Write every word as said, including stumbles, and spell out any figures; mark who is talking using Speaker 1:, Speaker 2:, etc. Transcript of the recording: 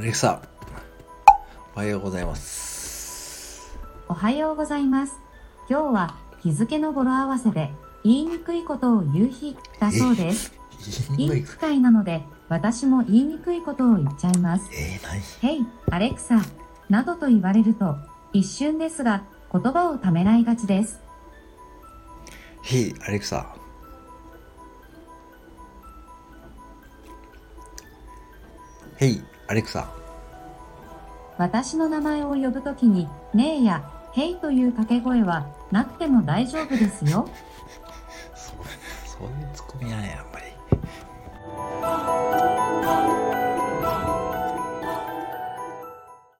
Speaker 1: レクサ、おはようございます。
Speaker 2: おはようございます。今日は日付の語呂合わせで言いにくいことを言う日だそうです。いい機会なので私も言いにくいことを言っちゃいます。
Speaker 1: えー、何
Speaker 2: ヘイ、アレクサなどと言われると一瞬ですが言葉をためらいがちです。
Speaker 1: ヘイ、アレクサ。ヘイ、アレクサ。
Speaker 2: 私の名前を呼ぶときにねえやヘイという掛け声はなくても大丈夫ですよ。